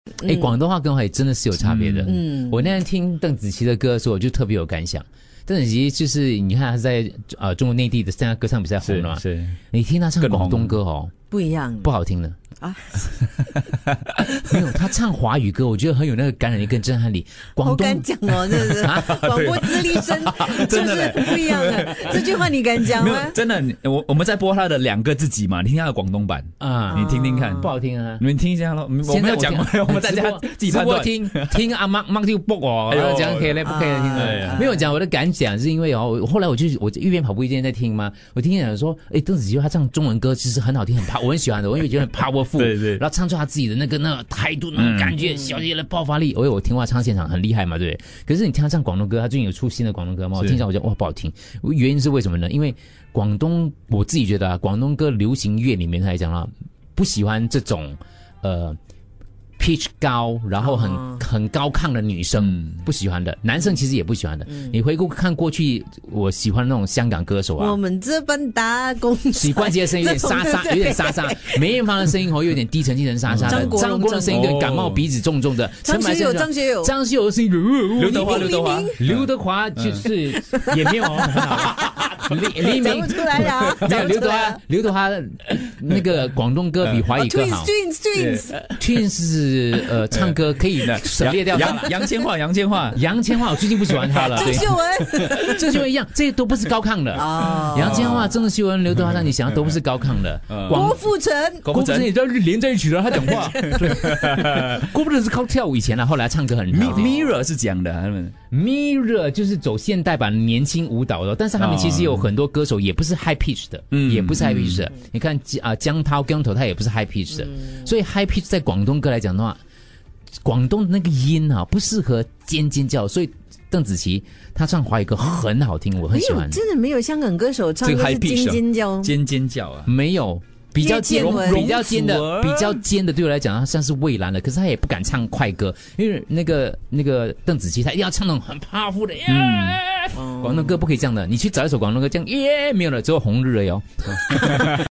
广东话跟华语真的是有差别的。我那天听邓紫棋的歌的时候，我就特别有感想。邓紫棋就是你看她在中国内地的参加歌唱比赛红了嘛， 是你听她唱广东歌不一样， 不好听的啊。 没有，她唱华语歌，我觉得很有那个感染力跟震撼力。 好敢讲哦，真的是广播资历深，就是不一样的。这句话你敢讲吗？ 真的，我们在播他的2个自己嘛，你听他的广东版啊，你听听看， 不好听啊， 你们听一下咯。我没有讲，我们大家自己判断。 听阿妈就播哦，讲可以嘞，不可以听的。没有讲我的感想，是因为后来我一边跑步一边在听嘛，我听人说，邓紫棋她唱中文歌其实很好听，我很喜欢的，我因为觉得很 powerful， 对，然后唱出她自己的那个态度、那种感觉、小姐的爆发力。我听话唱现场很厉害嘛，对不对？可是你听她唱广东歌，她最近有出新的广东歌嘛？我听上我觉得哇不好听，原因是为什么呢？因为广东我自己觉得广东歌流行乐里面来讲啊，不喜欢这种pitch 高，然后很高亢的女生，不喜欢的，男生其实也不喜欢的。你回顾看过去，我喜欢那种香港歌手啊， 我们这般打工仔， 许冠杰的声音有点沙沙，有点沙沙；梅艳芳的声音有点低沉低沉沙沙的；张国荣的声音有点感冒鼻子重重的； 张学友的声音，刘德华就是也没有很好。黎明出来了， 没有刘德华那个广东歌比华语歌好。Twins 是唱歌可以省略掉杨千嬅， 我最近不喜欢他了。郑秀文一样，这些都不是高亢的。杨千嬅、郑秀文、刘德华，你想都不是高亢的。 郭富城也都连在一起了，他讲话。郭富城是靠跳舞以前了，后来唱歌很好。 Mirror 是讲的 ，Mirror 就是走现代版年轻舞蹈的，但是他们其实有很多歌手也不是 high pitch 的，也不是 high pitch 的。你看江涛他也不是 high pitch 的，所以 high pitch 在广东歌来讲的话，广东的那个音不适合尖叫，所以邓紫棋她唱华语歌很好听，我很喜欢。 真的没有香港歌手唱的是尖叫啊， 没有。比较尖的，对我来讲，它像是蔚蓝的，可是他也不敢唱快歌，因为那个邓紫棋，她一定要唱那种很powerful的。广东歌不可以这样的，你去找一首广东歌这样没有了，只有红日而已。